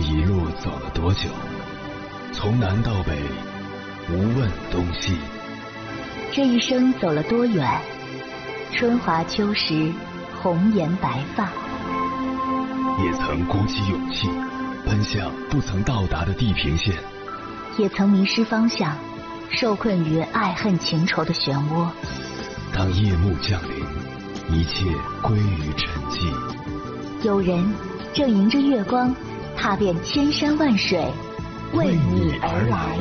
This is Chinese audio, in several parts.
一路走了多久？从南到北，无问东西。 这一生走了多远？春华秋实，红颜白发。 也曾鼓起勇气，奔向不曾到达的地平线。 也曾迷失方向，受困于爱恨情仇的漩涡。 当夜幕降临，一切归于沉寂。 有人正迎着月光，踏遍千山万水，为你而来。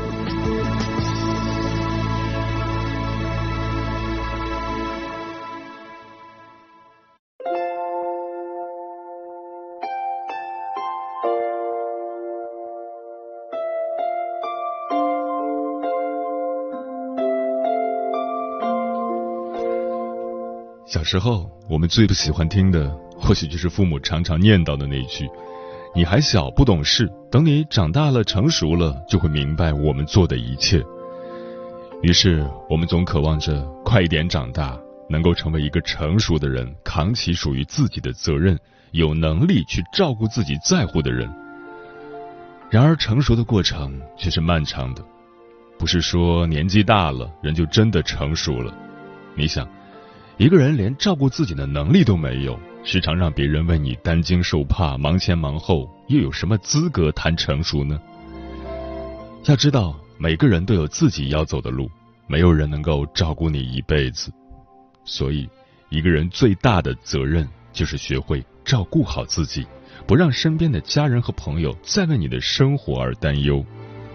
小时候，我们最不喜欢听的，或许就是父母常常念叨的那句：“你还小，不懂事，等你长大了、成熟了，就会明白我们做的一切。”于是，我们总渴望着快一点长大，能够成为一个成熟的人，扛起属于自己的责任，有能力去照顾自己在乎的人。然而，成熟的过程却是漫长的，不是说年纪大了，人就真的成熟了。你想，一个人连照顾自己的能力都没有，时常让别人为你担惊受怕、忙前忙后，又有什么资格谈成熟呢？要知道，每个人都有自己要走的路，没有人能够照顾你一辈子。所以，一个人最大的责任就是学会照顾好自己，不让身边的家人和朋友再为你的生活而担忧。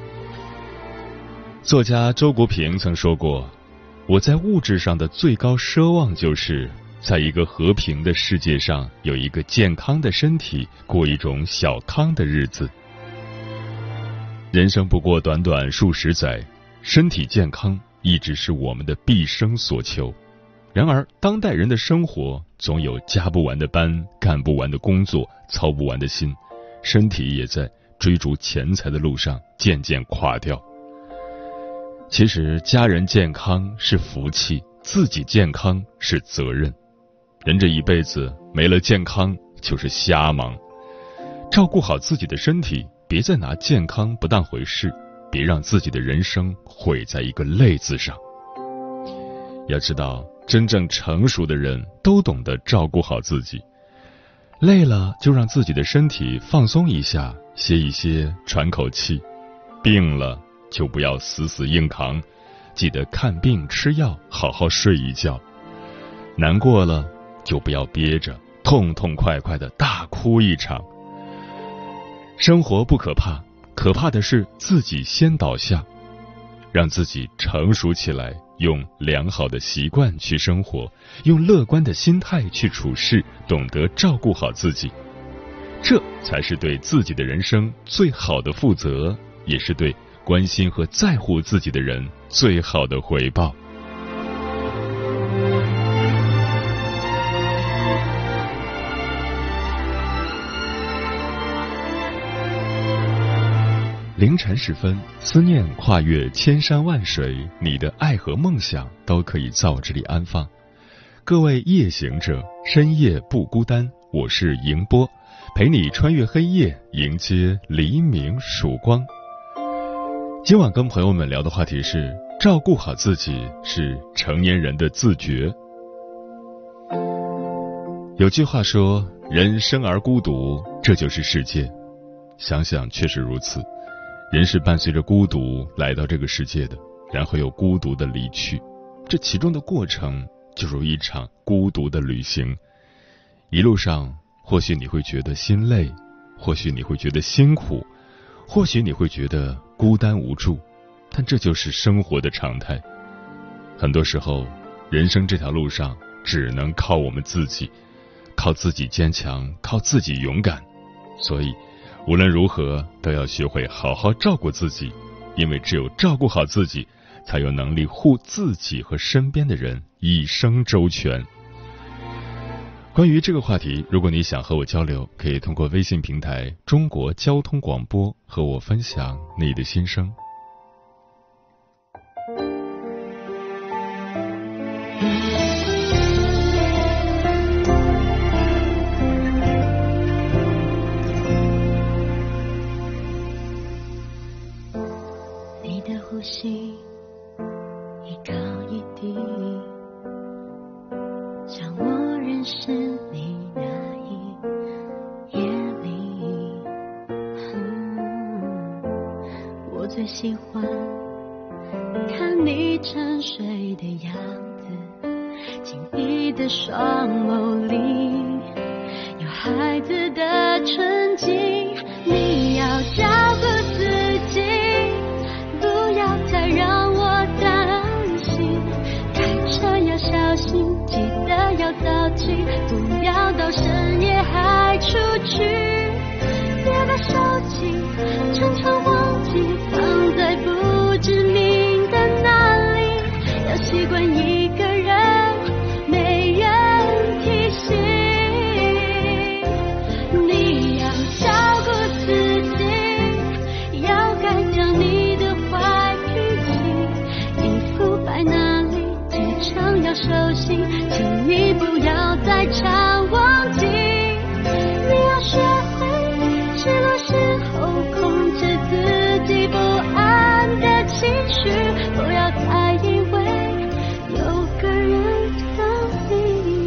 作家周国平曾说过，我在物质上的最高奢望就是在一个和平的世界上有一个健康的身体，过一种小康的日子。人生不过短短数十载，身体健康一直是我们的毕生所求。然而当代人的生活总有加不完的班，干不完的工作，操不完的心，身体也在追逐钱财的路上渐渐垮掉。其实家人健康是福气，自己健康是责任。人这一辈子没了健康就是瞎忙。照顾好自己的身体，别再拿健康不当回事，别让自己的人生毁在一个累字上。要知道，真正成熟的人都懂得照顾好自己。累了就让自己的身体放松一下，歇一歇，喘口气。病了就不要死死硬扛，记得看病吃药，好好睡一觉。难过了就不要憋着，痛痛快快的大哭一场。生活不可怕，可怕的是自己先倒下。让自己成熟起来，用良好的习惯去生活，用乐观的心态去处事，懂得照顾好自己，这才是对自己的人生最好的负责，也是对关心和在乎自己的人最好的回报。凌晨时分，思念跨越千山万水，你的爱和梦想都可以在我这里安放。各位夜行者，深夜不孤单，我是迎波，陪你穿越黑夜，迎接黎明曙光。今晚跟朋友们聊的话题是，照顾好自己是成年人的自觉。有句话说，人生而孤独，这就是世界。想想确实如此，人是伴随着孤独来到这个世界的，然后又孤独的离去，这其中的过程就如一场孤独的旅行。一路上或许你会觉得心累，或许你会觉得辛苦，或许你会觉得孤单无助，但这就是生活的常态。很多时候，人生这条路上只能靠我们自己，靠自己坚强，靠自己勇敢。所以无论如何都要学会好好照顾自己，因为只有照顾好自己，才有能力护自己和身边的人一生周全。关于这个话题，如果你想和我交流，可以通过微信平台中国交通广播和我分享你的心声。 最喜欢看你沉睡的样子，紧闭的双眸里有孩子的纯净。你要照顾自己，不要再让我担心，开车要小心，记得要早起，不要到深夜还出去，别把手机常常忘记放在不知名的哪里，要习惯一个人没人提醒。你要照顾自己，要改掉你的坏脾气，衣服摆哪里经常要收心，请你不要再常忘记。你要学会失落时候控制自己不安的情绪，不要再以为有个人等你。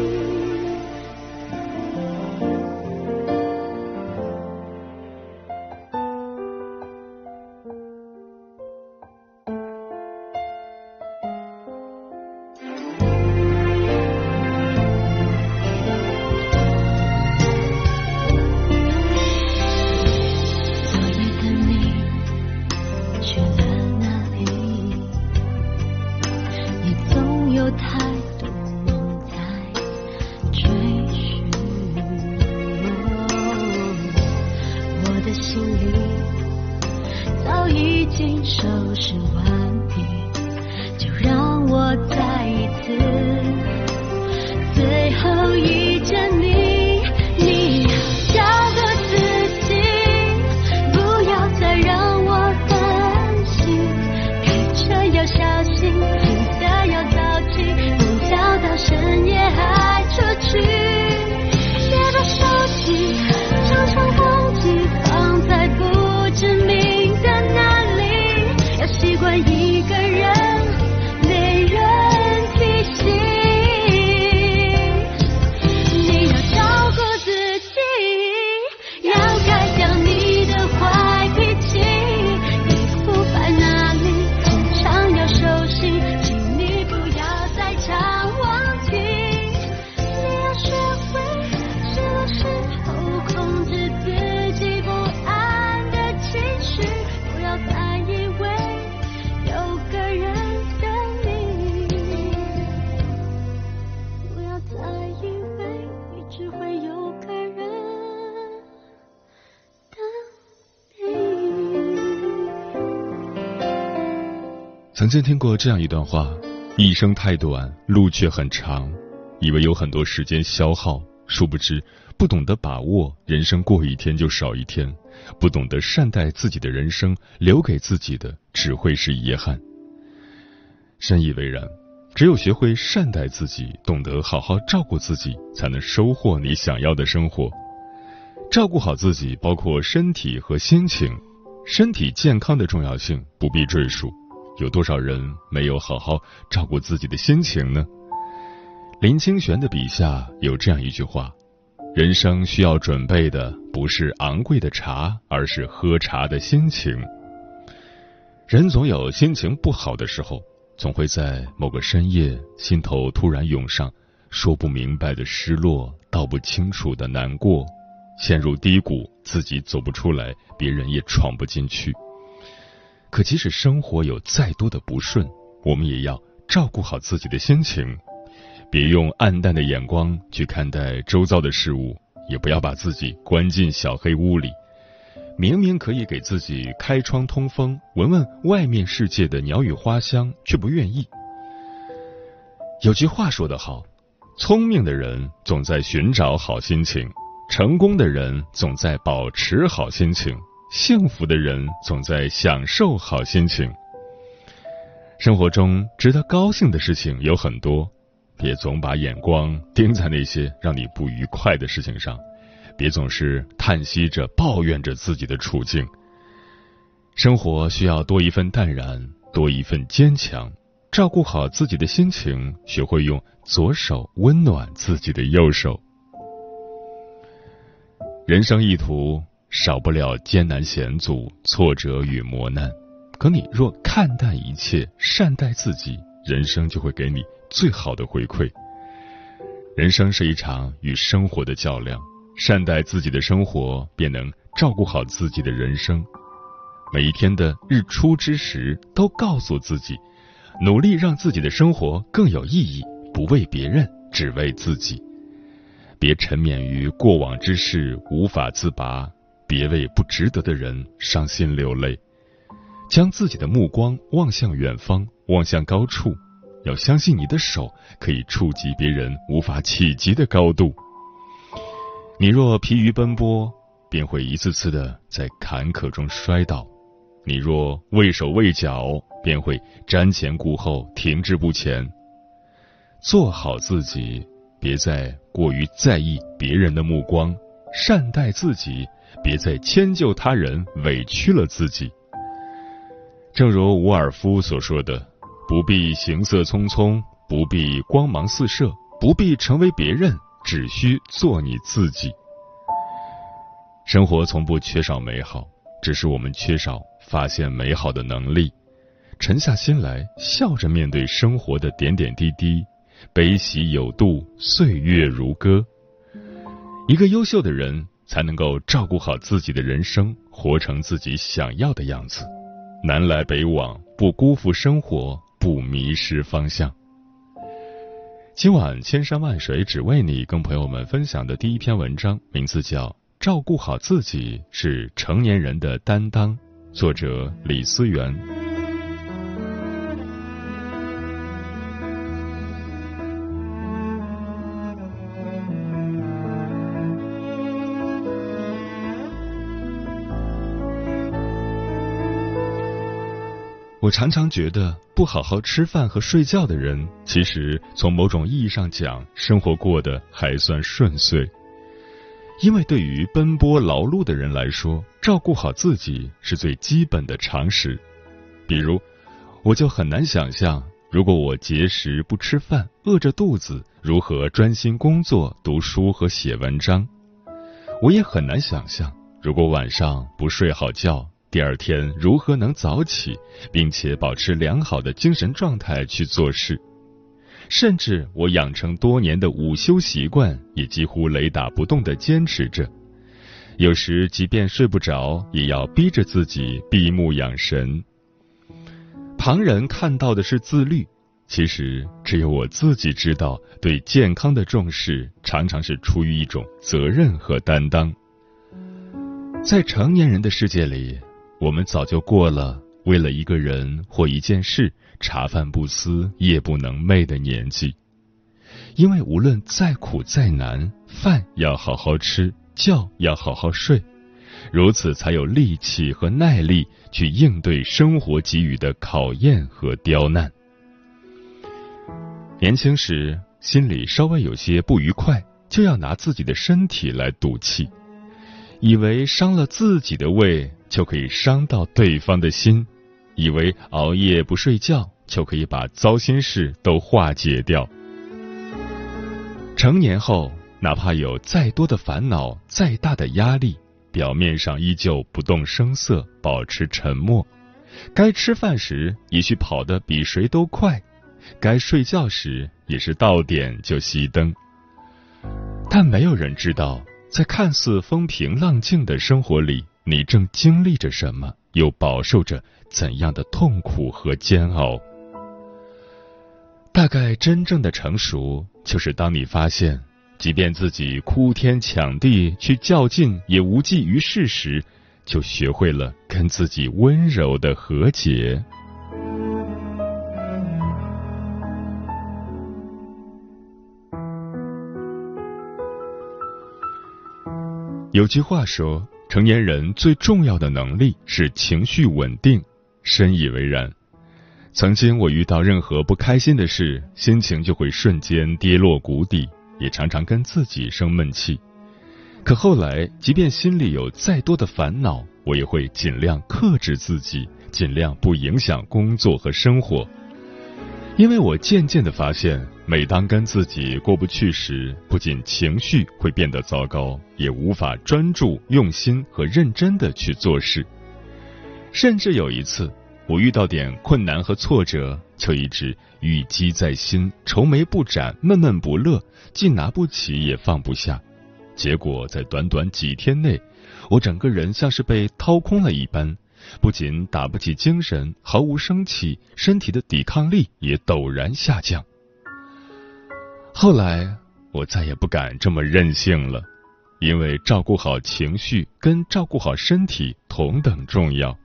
曾经听过这样一段话：一生太短，路却很长，以为有很多时间消耗，殊不知不懂得把握，人生过一天就少一天；不懂得善待自己的人生，留给自己的只会是遗憾。深以为然，只有学会善待自己，懂得好好照顾自己，才能收获你想要的生活。照顾好自己，包括身体和心情。身体健康的重要性不必赘述，有多少人没有好好照顾自己的心情呢？林清玄的笔下有这样一句话：人生需要准备的不是昂贵的茶，而是喝茶的心情。人总有心情不好的时候，总会在某个深夜，心头突然涌上说不明白的失落，道不清楚的难过，陷入低谷，自己走不出来，别人也闯不进去。可即使生活有再多的不顺，我们也要照顾好自己的心情，别用暗淡的眼光去看待周遭的事物，也不要把自己关进小黑屋里。明明可以给自己开窗通风，闻闻外面世界的鸟语花香，却不愿意。有句话说得好，聪明的人总在寻找好心情，成功的人总在保持好心情，幸福的人总在享受好心情。生活中值得高兴的事情有很多，别总把眼光盯在那些让你不愉快的事情上，别总是叹息着抱怨着自己的处境。生活需要多一份淡然，多一份坚强，照顾好自己的心情，学会用左手温暖自己的右手。人生一途，少不了艰难险阻、挫折与磨难， 可你若看淡一切，善待自己，人生就会给你最好的回馈。人生是一场与生活的较量，善待自己的生活，便能照顾好自己的人生。每一天的日出之时，都告诉自己，努力让自己的生活更有意义，不为别人，只为自己。别沉湎于过往之事无法自拔，别为不值得的人伤心流泪。将自己的目光望向远方，望向高处，要相信你的手可以触及别人无法企及的高度。你若疲于奔波，便会一次次的在坎坷中摔倒；你若畏手畏脚，便会瞻前顾后，停滞不前。做好自己，别再过于在意别人的目光；善待自己，别再迁就他人，委屈了自己。正如伍尔夫所说的，不必行色匆匆，不必光芒四射，不必成为别人，只需做你自己。生活从不缺少美好，只是我们缺少发现美好的能力。沉下心来，笑着面对生活的点点滴滴，悲喜有度，岁月如歌。一个优秀的人才能够照顾好自己的人生，活成自己想要的样子。南来北往，不辜负生活，不迷失方向。今晚千山万水只为你，跟朋友们分享的第一篇文章，名字叫《照顾好自己是成年人的担当》，作者李思源。我常常觉得，不好好吃饭和睡觉的人，其实从某种意义上讲，生活过得还算顺遂。因为对于奔波劳碌的人来说，照顾好自己是最基本的常识。比如，我就很难想象，如果我节食不吃饭，饿着肚子，如何专心工作、读书和写文章。我也很难想象，如果晚上不睡好觉，第二天如何能早起，并且保持良好的精神状态去做事。甚至我养成多年的午休习惯，也几乎雷打不动地坚持着。有时即便睡不着，也要逼着自己闭目养神。旁人看到的是自律，其实只有我自己知道，对健康的重视常常是出于一种责任和担当。在成年人的世界里，我们早就过了为了一个人或一件事茶饭不思夜不能寐的年纪。因为无论再苦再难，饭要好好吃，觉要好好睡，如此才有力气和耐力去应对生活给予的考验和刁难。年轻时心里稍微有些不愉快，就要拿自己的身体来赌气，以为伤了自己的胃就可以伤到对方的心，以为熬夜不睡觉就可以把糟心事都化解掉。成年后，哪怕有再多的烦恼，再大的压力，表面上依旧不动声色，保持沉默。该吃饭时也许跑得比谁都快，该睡觉时也是到点就熄灯。但没有人知道，在看似风平浪静的生活里，你正经历着什么，又饱受着怎样的痛苦和煎熬。大概真正的成熟，就是当你发现，即便自己哭天抢地去较劲也无济于事时，就学会了跟自己温柔的和解。有句话说，成年人最重要的能力是情绪稳定，深以为然。曾经我遇到任何不开心的事，心情就会瞬间跌落谷底，也常常跟自己生闷气。可后来，即便心里有再多的烦恼，我也会尽量克制自己，尽量不影响工作和生活。因为我渐渐地发现，每当跟自己过不去时，不仅情绪会变得糟糕，也无法专注、用心和认真地去做事。甚至有一次， 我遇到点困难和挫折，就一直郁积在心，愁眉不展，闷闷不乐，既拿不起也放不下。结果在短短几天内，我整个人像是被掏空了一般，不仅打不起精神，毫无生气，身体的抵抗力也陡然下降。后来我再也不敢这么任性了，因为照顾好情绪跟照顾好身体同等重要。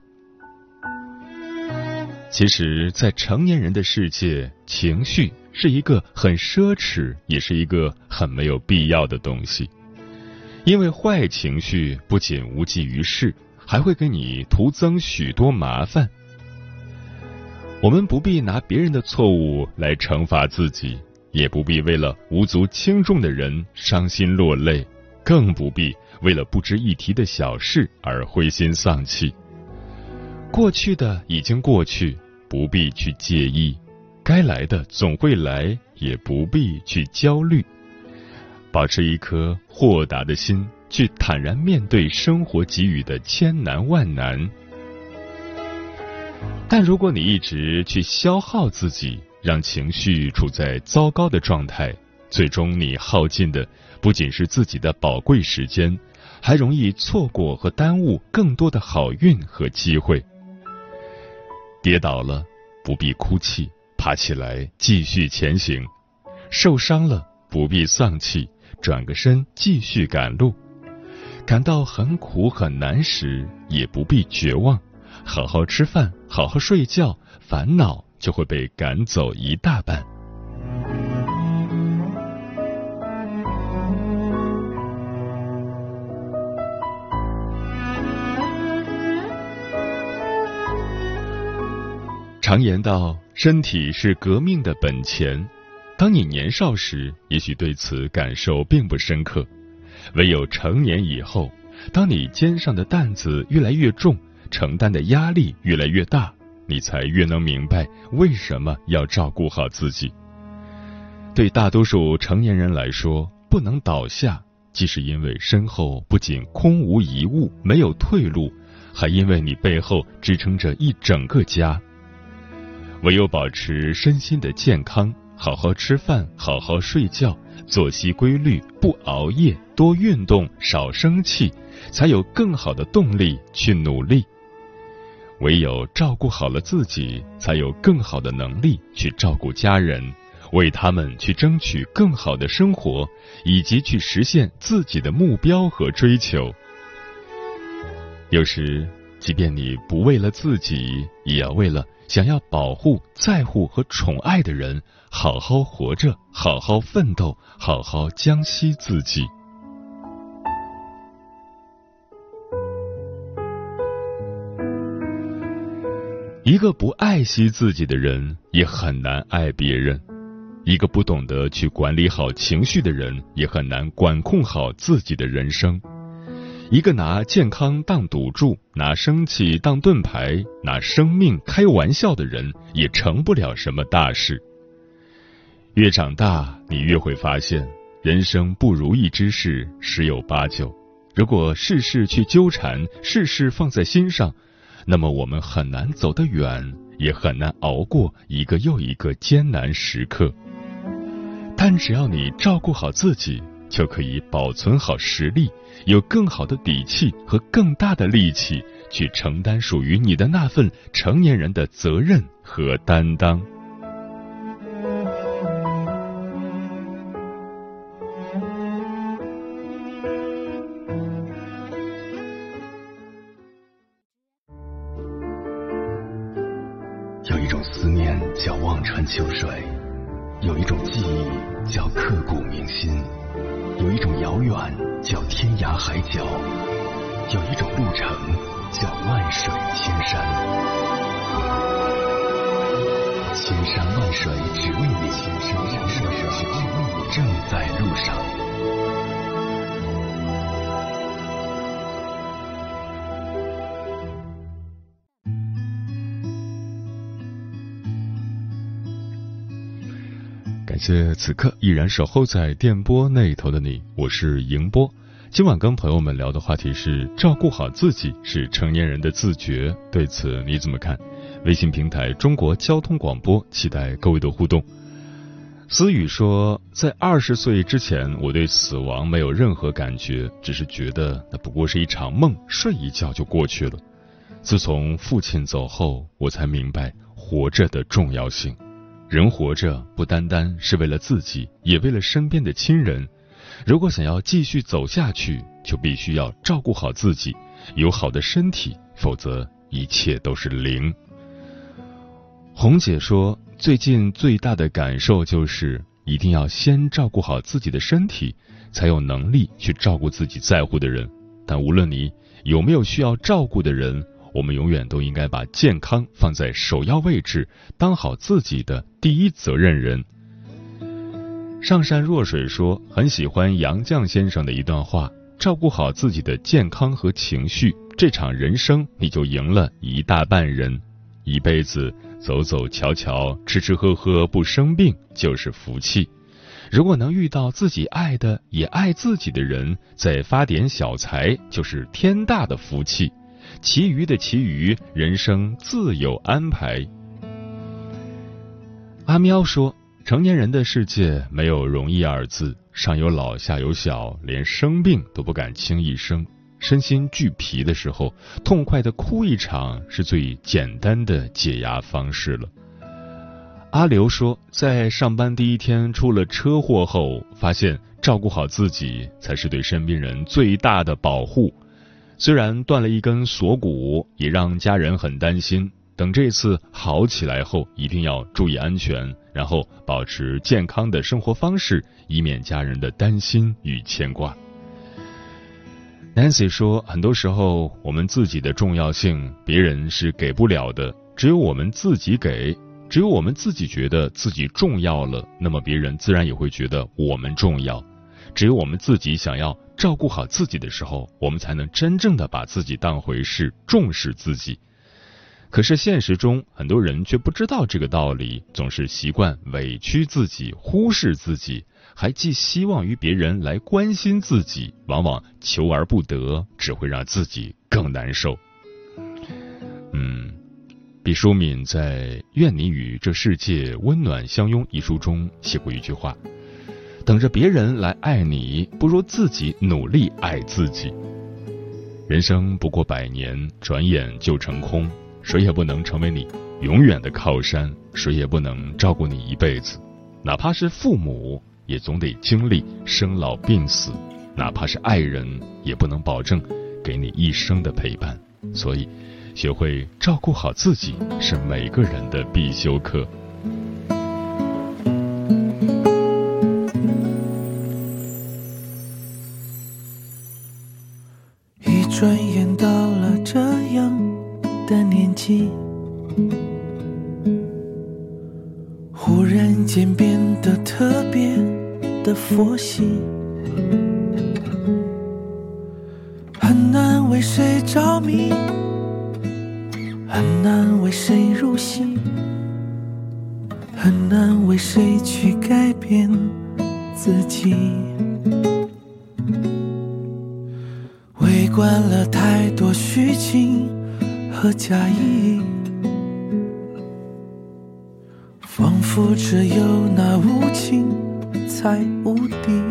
其实，在成年人的世界，情绪是一个很奢侈，也是一个很没有必要的东西。因为坏情绪不仅无济于事，还会给你徒增许多麻烦。我们不必拿别人的错误来惩罚自己，也不必为了无足轻重的人伤心落泪，更不必为了不值一提的小事而灰心丧气。过去的已经过去，不必去介意，该来的总会来，也不必去焦虑。保持一颗豁达的心，去坦然面对生活给予的千难万难。但如果你一直去消耗自己，让情绪处在糟糕的状态，最终你耗尽的不仅是自己的宝贵时间，还容易错过和耽误更多的好运和机会。跌倒了，不必哭泣，爬起来继续前行；受伤了，不必丧气，转个身继续赶路。感到很苦很难时，也不必绝望，好好吃饭，好好睡觉，烦恼就会被赶走一大半。常言道，身体是革命的本钱。当你年少时，也许对此感受并不深刻，唯有成年以后，当你肩上的担子越来越重，承担的压力越来越大，你才越能明白为什么要照顾好自己。对大多数成年人来说，不能倒下，既是因为身后不仅空无一物，没有退路，还因为你背后支撑着一整个家。唯有保持身心的健康，好好吃饭，好好睡觉，作息规律，不熬夜，多运动，少生气，才有更好的动力去努力。唯有照顾好了自己，才有更好的能力去照顾家人，为他们去争取更好的生活，以及去实现自己的目标和追求。有时，即便你不为了自己，也要为了想要保护、在乎和宠爱的人，好好活着，好好奋斗，好好将惜自己。一个不爱惜自己的人，也很难爱别人；一个不懂得去管理好情绪的人，也很难管控好自己的人生。一个拿健康当赌注，拿生气当盾牌，拿生命开玩笑的人，也成不了什么大事。越长大，你越会发现，人生不如意之事十有八九。如果事事去纠缠，事事放在心上，那么我们很难走得远，也很难熬过一个又一个艰难时刻。但只要你照顾好自己，就可以保存好实力，有更好的底气和更大的力气去承担属于你的那份成年人的责任和担当。 有一种思念叫望穿秋水，有一种记忆叫刻骨铭心，有一种遥远叫天涯海角，有一种路程叫万水千山。千山万水只为你，正在路上。 感谢此刻依然守候在电波那头的你，我是迎波。今晚跟朋友们聊的话题是照顾好自己是成年人的自觉，对此你怎么看？ 微信平台中国交通广播，期待各位的互动。思雨说，在20岁之前，我对死亡没有任何感觉，只是觉得那不过是一场梦，睡一觉就过去了。自从父亲走后，我才明白活着的重要性。人活着不单单是为了自己，也为了身边的亲人。如果想要继续走下去，就必须要照顾好自己，有好的身体，否则一切都是零。红姐说，最近最大的感受就是一定要先照顾好自己的身体，才有能力去照顾自己在乎的人。但无论你有没有需要照顾的人，我们永远都应该把健康放在首要位置，当好自己的第一责任人。上善若水说，很喜欢杨绛先生的一段话，照顾好自己的健康和情绪，这场人生你就赢了一大半人。一辈子走走瞧瞧，吃吃喝喝，不生病就是福气。如果能遇到自己爱的也爱自己的人，再发点小财，就是天大的福气。其余的其余，人生自有安排。阿喵说，成年人的世界没有容易二字，上有老下有小，连生病都不敢轻易生。身心俱疲的时候，痛快的哭一场是最简单的解压方式了。阿刘说，在上班第一天出了车祸后，发现照顾好自己才是对身边人最大的保护。虽然断了一根锁骨，也让家人很担心，等这次好起来后，一定要注意安全，然后保持健康的生活方式，以免家人的担心与牵挂。Nancy 说，很多时候我们自己的重要性别人是给不了的，只有我们自己给，只有我们自己觉得自己重要了，那么别人自然也会觉得我们重要。只有我们自己想要照顾好自己的时候，我们才能真正的把自己当回事，重视自己。可是现实中很多人却不知道这个道理，总是习惯委屈自己，忽视自己，还寄希望于别人来关心自己，往往求而不得，只会让自己更难受。毕淑敏在《愿你与这世界温暖相拥》一书中写过一句话，等着别人来爱你，不如自己努力爱自己。人生不过100年，转眼就成空，谁也不能成为你永远的靠山，谁也不能照顾你一辈子。哪怕是父母，也总得经历生老病死，哪怕是爱人，也不能保证给你一生的陪伴。所以学会照顾好自己是每个人的必修课。 一转眼到了这样的年纪，忽然间变得特别的佛系，很难为谁着迷，很难为谁入戏，很难为谁去改变自己。围观了太多虚情和假意，仿佛只有那无情才无敌，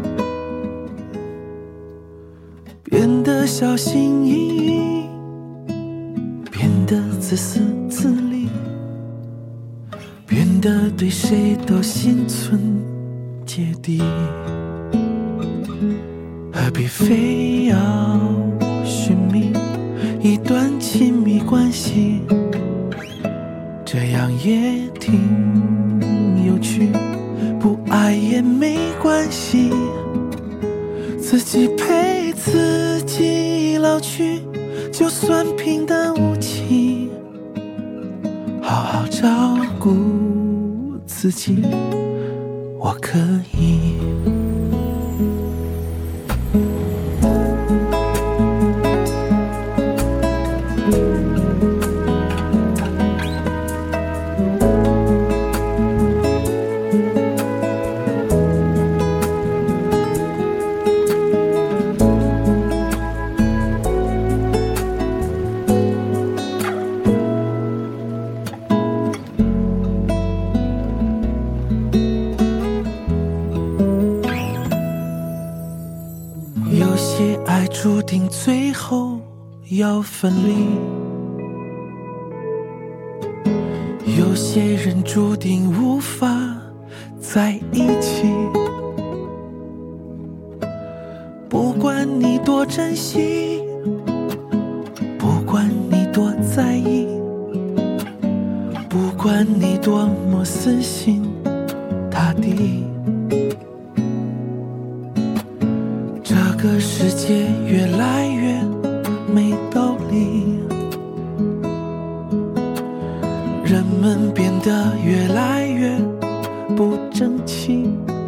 变得小心翼翼，变得自私自利，变得对谁都心存芥蒂。何必非要寻觅一段亲密关系，这样也挺有趣，不爱也没关系，自己陪自己老去，就算平淡无奇，好好照顾自己，我可以。 最后要分离。有些人注定无法在一起，不管你多珍惜，不管你多在意，不管你多么死心塌地，这个世界越来越没道理，人们变得越来越不争气，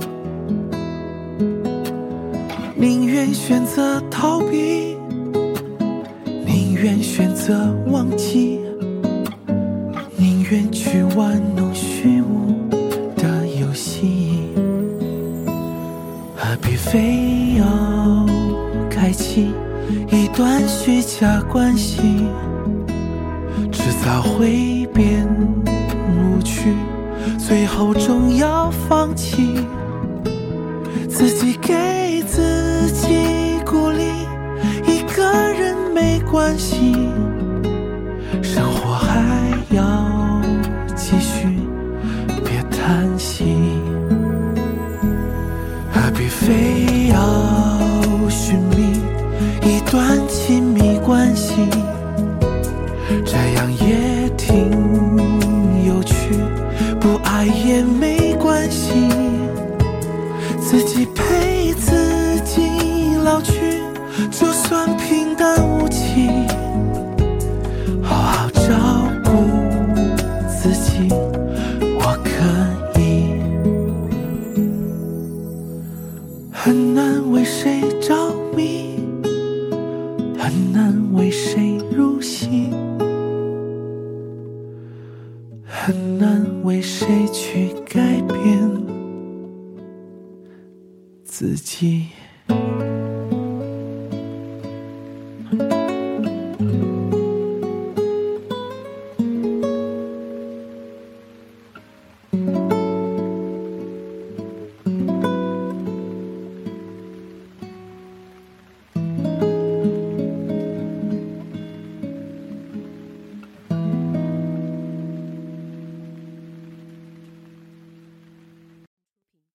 宁愿选择逃避，宁愿选择忘记，宁愿去玩弄虚无的游戏，何必非要开启一段虚假关系，迟早会变无趣，最后终要放弃，自己给自己鼓励，一个人没关系，生活还要继续，别叹息，何必非要寻觅一段亲密关系，这样也挺有趣，不爱也没关系，自己陪自己老去，就算平淡无奇，好好照顾自己，我可以。很难为谁着迷，很难为谁入戏，很难为谁去改变自己。